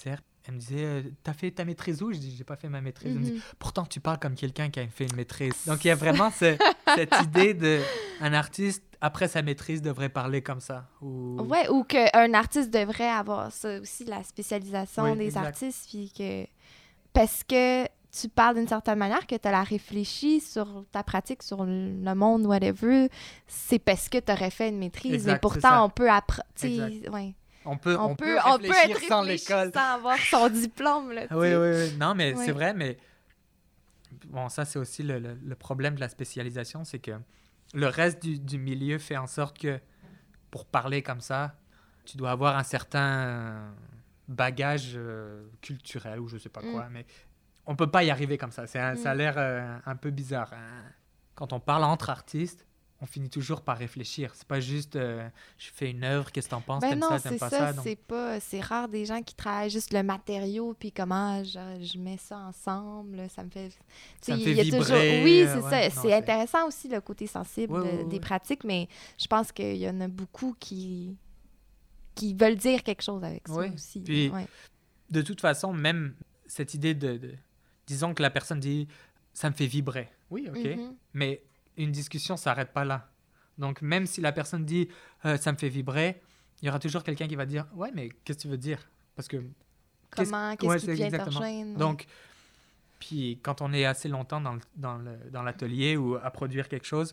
Elle me disait, euh, t'as fait ta maîtrise où? Je dis, j'ai pas fait ma maîtrise. Mm-hmm. Elle me dit, pourtant, tu parles comme quelqu'un qui a fait une maîtrise. Donc, il y a vraiment ce, cette idée d'un artiste, après sa maîtrise, devrait parler comme ça. Ou... Ouais, ou qu'un artiste devrait avoir ça aussi, la spécialisation Oui, des exact. artistes. Puis que... Parce que tu parles d'une certaine manière, que tu as la réfléchi sur ta pratique, sur le monde, whatever, c'est parce que tu aurais fait une maîtrise. Exact, mais pourtant, on peut apprendre. Ouais. On peut, On, on peut, peut on réfléchir peut être sans réfléchi l'école. sans avoir son diplôme. Là, oui, oui, oui. Non, mais ouais. c'est vrai, mais bon, ça, c'est aussi le, le, le problème de la spécialisation, c'est que le reste du, du milieu fait en sorte que pour parler comme ça, tu dois avoir un certain bagage euh, culturel ou je sais pas quoi, mm. mais on peut pas y arriver comme ça. C'est un, mm. Ça a l'air euh, un peu bizarre. Hein. Quand on parle entre artistes, on finit toujours par réfléchir. C'est pas juste euh, je fais une œuvre, qu'est-ce que t'en penses, ben t'aimes non, ça, t'aimes pas ça. Donc... C'est pas, c'est rare des gens qui travaillent juste le matériau puis comment je, je mets ça ensemble, ça me fait, ça me fait y a vibrer. Toujours... Oui, c'est ouais, ça. Non, c'est, c'est intéressant aussi le côté sensible ouais, de, ouais, des ouais. pratiques, mais je pense qu'il y en a beaucoup qui qui veulent dire quelque chose avec ça oui. aussi. Puis, ouais. de toute façon, même cette idée de, de disons que la personne dit ça me fait vibrer. Oui, ok. Mm-hmm. Mais une discussion s'arrête pas là. Donc, même si la personne dit euh, « ça me fait vibrer », il y aura toujours quelqu'un qui va dire « ouais, mais qu'est-ce que tu veux dire ?» Parce que... Comment, qu'est-ce, qu'est-ce ouais, qui vient te rejoindre? Donc, puis quand on est assez longtemps dans, le, dans, le, dans l'atelier ou à produire quelque chose,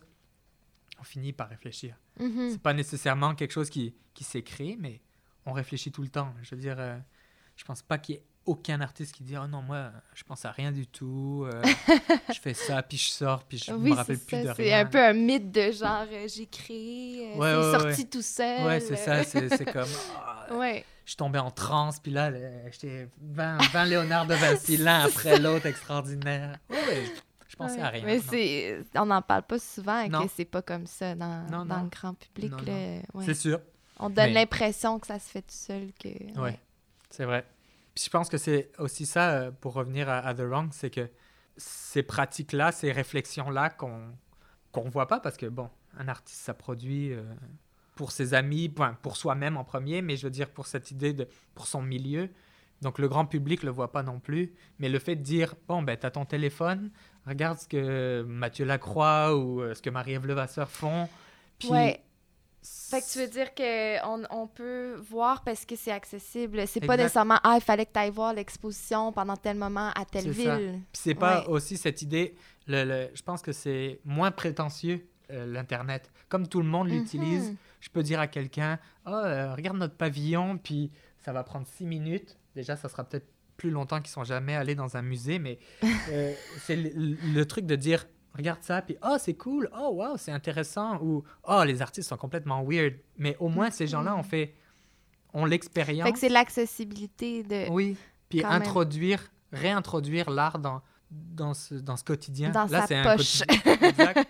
on finit par réfléchir. Mm-hmm. C'est pas nécessairement quelque chose qui, qui s'écrit, mais on réfléchit tout le temps. Je veux dire, euh, je pense pas qu'il y ait aucun artiste qui dit « oh non, moi, je pense à rien du tout, euh, je fais ça, puis je sors, puis je oui, me rappelle plus ça, de c'est rien. » C'est un peu un mythe de genre, euh, j'ai créé, euh, ouais, c'est ouais, sorti ouais. tout seul. Ouais, c'est ça, c'est, c'est comme... Oh, ouais. Je suis tombé en transe, puis là, j'étais vingt, vingt Léonard de Vinci, l'un après l'autre, extraordinaire. Ouais, ouais, je, je pensais ouais. à rien. Mais c'est, on n'en parle pas souvent, non. que c'est pas comme ça dans, non, dans non. le grand public. Non, là. non. Ouais. C'est sûr. On donne mais... l'impression que ça se fait tout seul. Que... Ouais, ouais. c'est vrai. Puis je pense que c'est aussi ça, pour revenir à, à The Wrong, c'est que ces pratiques-là, ces réflexions-là qu'on qu'on voit pas, parce que, bon, un artiste, ça produit euh, pour ses amis, enfin, pour soi-même en premier, mais je veux dire pour cette idée, de pour son milieu. Donc le grand public le voit pas non plus. Mais le fait de dire, bon, ben, t'as ton téléphone, regarde ce que Mathieu Lacroix ou euh, ce que Marie-Ève Levasseur font. Puis... Ouais. Fait que tu veux dire qu'on on peut voir parce que c'est accessible. C'est exact. Pas nécessairement « Ah, il fallait que tu ailles voir l'exposition pendant tel moment à telle c'est ville. » Ça. Puis c'est pas ouais. aussi cette idée... Le, le, je pense que c'est moins prétentieux, euh, l'Internet. Comme tout le monde l'utilise, mm-hmm. je peux dire à quelqu'un « Oh, euh, regarde notre pavillon, puis ça va prendre six minutes. » Déjà, ça sera peut-être plus longtemps qu'ils sont jamais allés dans un musée, mais euh, c'est le, le truc de dire... Regarde ça, puis « Oh, c'est cool! Oh, wow, c'est intéressant! » Ou « Oh, les artistes sont complètement weird. » Mais au moins, ces gens-là ont fait... ont l'expérience. Fait que c'est l'accessibilité de... Oui, puis introduire, même. réintroduire l'art dans, dans, ce, dans ce quotidien. Dans Là, sa c'est poche. Un quotidien. Exact.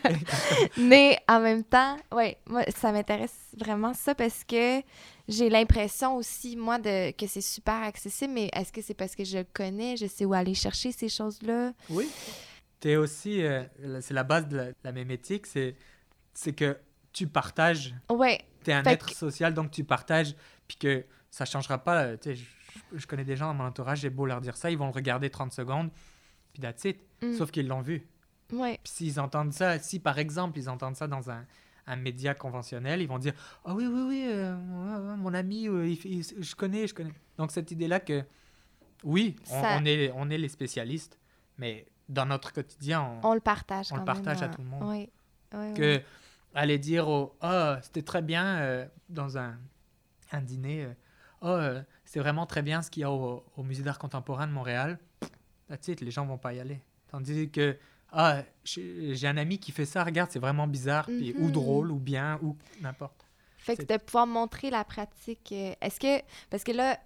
Mais en même temps, oui, moi, ça m'intéresse vraiment ça parce que j'ai l'impression aussi, moi, de, que c'est super accessible, mais est-ce que c'est parce que je le connais, je sais où aller chercher ces choses-là? Oui. T'es aussi, euh, c'est la base de la, la mémétique, c'est, c'est que tu partages. Ouais. T'es un fait être que... social, donc tu partages, puis que ça changera pas. Tu sais, je, je connais des gens dans mon entourage, j'ai beau leur dire ça, ils vont le regarder trente secondes, puis that's it. Mm. Sauf qu'ils l'ont vu. Ouais. Puis s'ils entendent ça, si par exemple, ils entendent ça dans un, un média conventionnel, ils vont dire « Ah oh, oui, oui, oui, euh, mon ami, euh, il, il, je connais, je connais. » Donc cette idée-là que, oui, on, ça... on, est, on est les spécialistes, mais... Dans notre quotidien, on, on le partage, on quand le partage même, à tout le monde. Oui. Oui, que oui. aller dire au ah oh, c'était très bien euh, dans un, un dîner euh, oh euh, c'est vraiment très bien ce qu'il y a au, au musée d'art contemporain de Montréal. That's it, les gens vont pas y aller. Tandis que ah j'ai un ami qui fait ça, regarde, c'est vraiment bizarre, mm-hmm. puis, ou drôle ou bien ou n'importe. Fait que c'est... de pouvoir montrer la pratique. Euh, est-ce que parce que là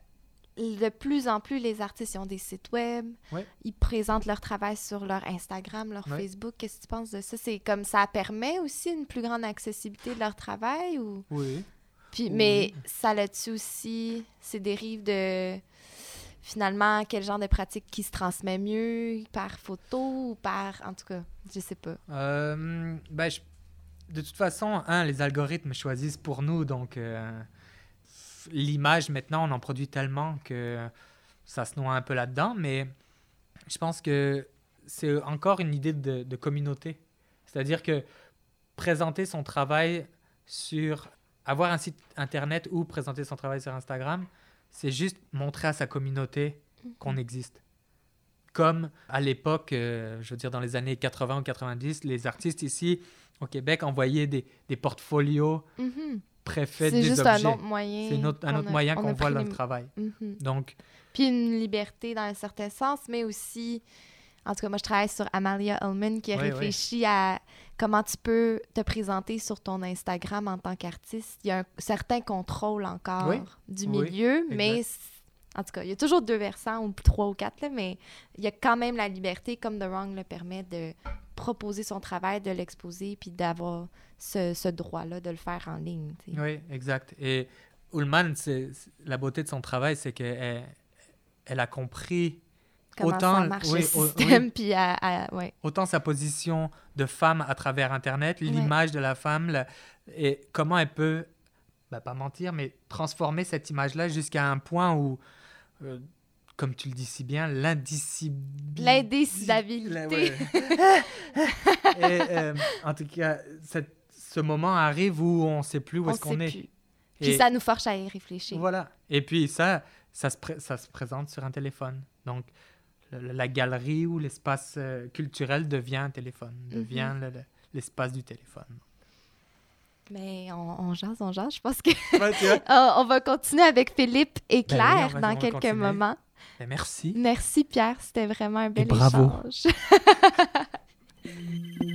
de plus en plus, les artistes ils ont des sites web, ouais. ils présentent leur travail sur leur Instagram, leur ouais. Facebook. Qu'est-ce que tu penses de ça? C'est comme ça permet aussi une plus grande accessibilité de leur travail? Ou... Oui. Puis, oui. Mais ça là-dessus aussi, c'est dérive de, finalement, quel genre de pratique qui se transmet mieux, par photo ou par... En tout cas, je sais pas. Euh, ben, je... De toute façon, hein, les algorithmes choisissent pour nous, donc... Euh... L'image, maintenant, on en produit tellement que ça se noie un peu là-dedans, mais je pense que c'est encore une idée de, de communauté. C'est-à-dire que présenter son travail sur... Avoir un site Internet ou présenter son travail sur Instagram, c'est juste montrer à sa communauté mm-hmm. qu'on existe. Comme à l'époque, euh, je veux dire dans les années quatre-vingts ou quatre-vingt-dix, les artistes ici au Québec envoyaient des, des portfolios mm-hmm. préfaits des juste objets. C'est un autre moyen. C'est notre, un autre a, moyen qu'on voit leur les... travail. Mm-hmm. Donc, puis une liberté dans un certain sens, mais aussi... En tout cas, moi, je travaille sur Amalia Ullman qui a oui, réfléchi oui. à comment tu peux te présenter sur ton Instagram en tant qu'artiste. Il y a un certain contrôle encore oui. du oui, milieu, mais en tout cas, il y a toujours deux versants, ou trois ou quatre, là, mais il y a quand même la liberté, comme The Wrong le permet, de proposer son travail, de l'exposer, puis d'avoir ce, ce droit-là de le faire en ligne. T'sais. Oui, exact. Et Ullman, c'est, c'est, la beauté de son travail, c'est qu'elle elle a compris... Comment autant, ça marche oui, le système, oui. puis à, à, ouais. autant sa position de femme à travers Internet, l'image ouais. de la femme, la, et comment elle peut, bah, pas mentir, mais transformer cette image-là jusqu'à un point où, euh, comme tu le dis si bien, l'indicibilité. L'indécidabilité. La, ouais. et, euh, en tout cas, cette, ce moment arrive où on ne sait plus où on est-ce qu'on est. Plus. Puis et, ça nous force à y réfléchir. Voilà. Et puis ça, ça se, pré- ça se présente sur un téléphone. Donc, la galerie ou l'espace euh, culturel devient un téléphone, devient mm-hmm. le, le, l'espace du téléphone. Mais on, on jase, on jase. Je pense que ouais, on va continuer avec Philippe et Claire ben oui, dans quelques continuer. moments. Ben merci. Merci Pierre, c'était vraiment un bel et bravo. échange.